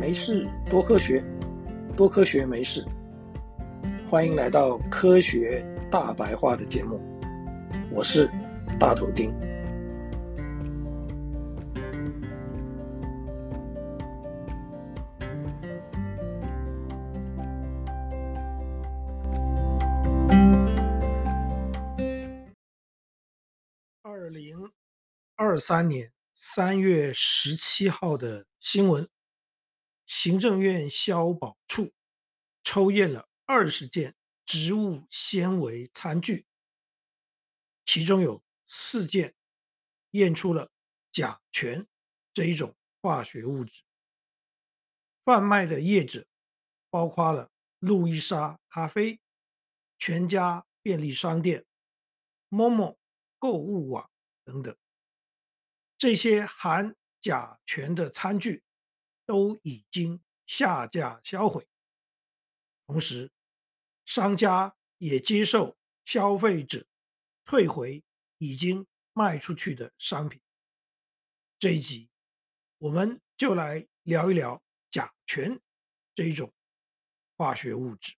没事多科学，多科学没事。欢迎来到科学大白话的节目，我是大头丁。2023年3月17号的新闻，行政院消保处抽验了20件植物纤维餐具，其中有4件验出了甲醛这一种化学物质。贩卖的业者包括了路易莎咖啡、全家便利商店、Momo 购物网等等。这些含甲醛的餐具都已经下架销毁，同时商家也接受消费者退回已经卖出去的商品。这一集我们就来聊一聊甲醛这一种化学物质。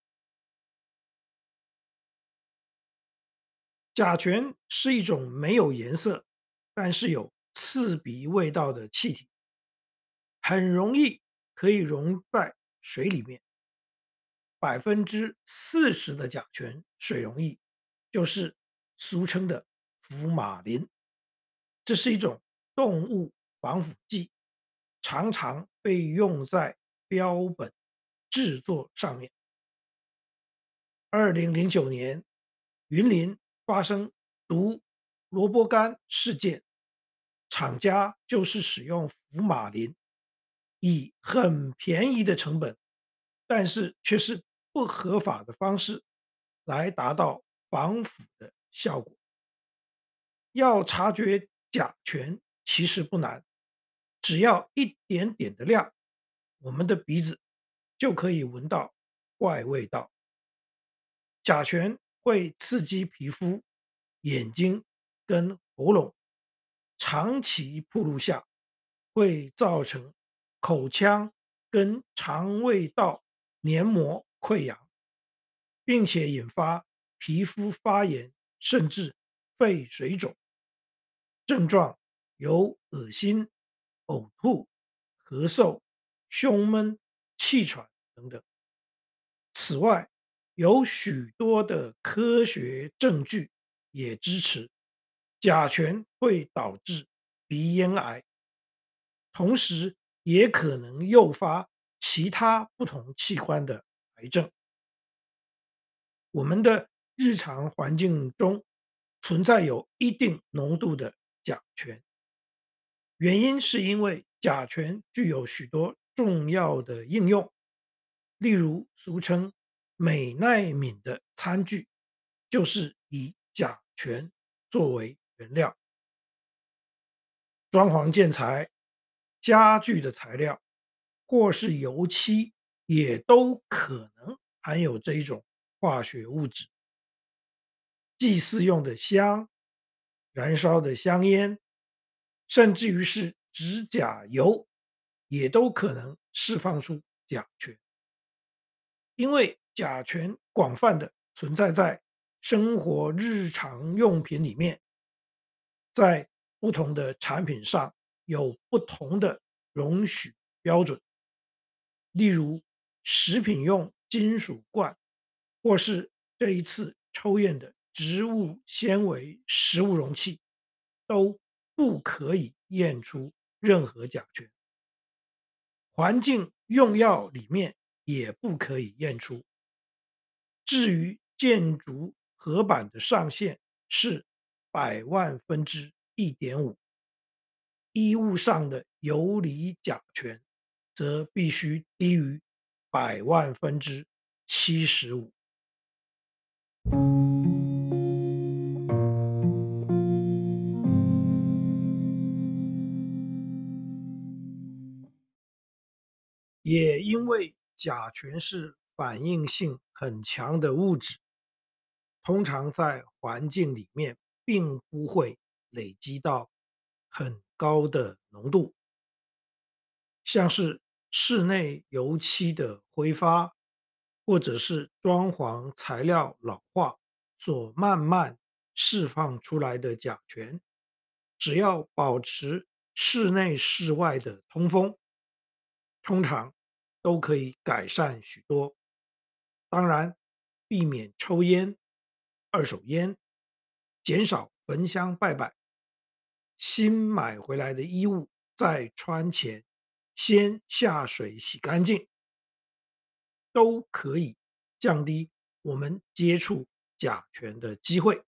甲醛是一种没有颜色，但是有刺鼻味道的气体，很容易可以溶在水里面。40%的甲醛水溶液就是俗称的福马林，这是一种动物防腐剂，常常被用在标本制作上面。2009年，云林发生毒萝卜干事件，厂家就是使用福马林，以很便宜的成本，但是却是不合法的方式来达到防腐的效果。要察觉甲醛其实不难，只要一点点的量，我们的鼻子就可以闻到怪味道。甲醛会刺激皮肤、眼睛跟喉咙，长期暴露下会造成口腔跟肠胃道黏膜溃疡，并且引发皮肤发炎甚至肺水肿。症状有恶心、呕吐、咳嗽、胸闷、气喘等等。此外，有许多的科学证据也支持甲醛会导致鼻咽癌，同时也可能诱发其他不同器官的癌症。我们的日常环境中存在有一定浓度的甲醛，原因是因为甲醛具有许多重要的应用，例如俗称美耐敏的餐具，就是以甲醛作为原料。装潢建材、家具的材料或是油漆，也都可能含有这一种化学物质。祭祀用的香、燃烧的香烟，甚至于是指甲油，也都可能释放出甲醛。因为甲醛广泛的存在在生活日常用品里面，在不同的产品上有不同的容许标准，例如食品用金属罐，或是这一次抽验的植物纤维食物容器，都不可以验出任何甲醛。环境用药里面也不可以验出。至于建筑合板的上限是1/100,000,000，衣物上的游离甲醛则必须低于1/100,000,075。也因为甲醛是反应性很强的物质，通常在环境里面并不会累积到很高的浓度，像是室内油漆的挥发，或者是装潢材料老化所慢慢释放出来的甲醛，只要保持室内室外的通风，通常都可以改善许多。当然，避免抽烟、二手烟，减少焚香拜拜。新买回来的衣物在穿前先下水洗干净，都可以降低我们接触甲醛的机会。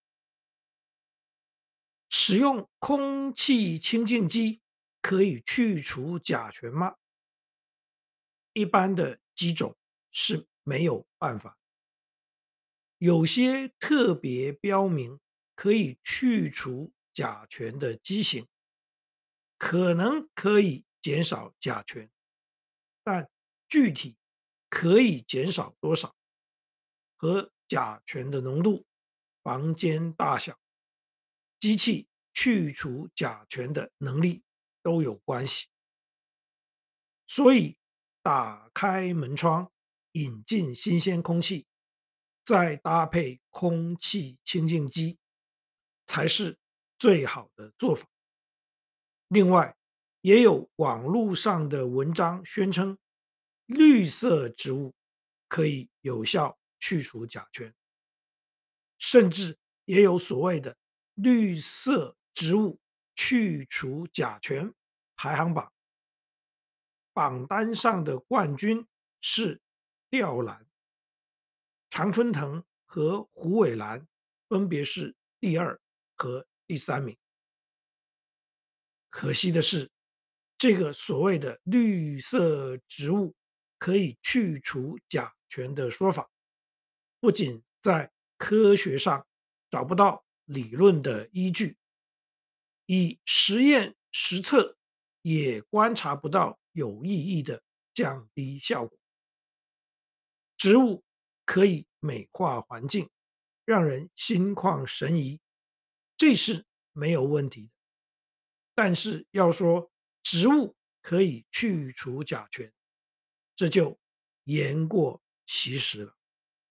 使用空气清净机可以去除甲醛吗？一般的机种是没有办法，有些特别标明可以去除甲醛的机型，可能可以减少甲醛，但具体可以减少多少和甲醛的浓度、房间大小、机器去除甲醛的能力都有关系。所以，打开门窗，引进新鲜空气，再搭配空气清净机，才是最好的做法。另外，也有网络上的文章宣称，绿色植物可以有效去除甲醛，甚至也有所谓的绿色植物去除甲醛排行榜。榜单上的冠军是吊兰、常春藤和虎尾兰，分别是第二和第三名。可惜的是，这个所谓的绿色植物可以去除甲醛的说法，不仅在科学上找不到理论的依据，以实验实测也观察不到有意义的降低效果。植物可以美化环境，让人心旷神怡，这是没有问题的。但是要说植物可以去除甲醛，这就言过其实了。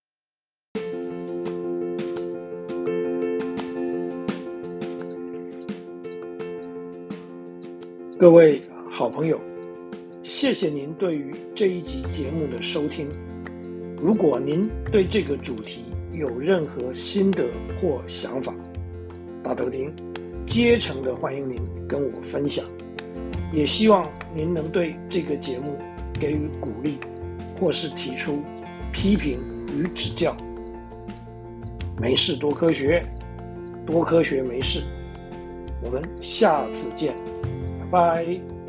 各位好朋友，谢谢您对于这一集节目的收听。如果您对这个主题有任何心得或想法，大头丁竭诚的欢迎您跟我分享，也希望您能对这个节目给予鼓励，或是提出批评与指教。没事多科学，多科学没事，我们下次见，拜拜。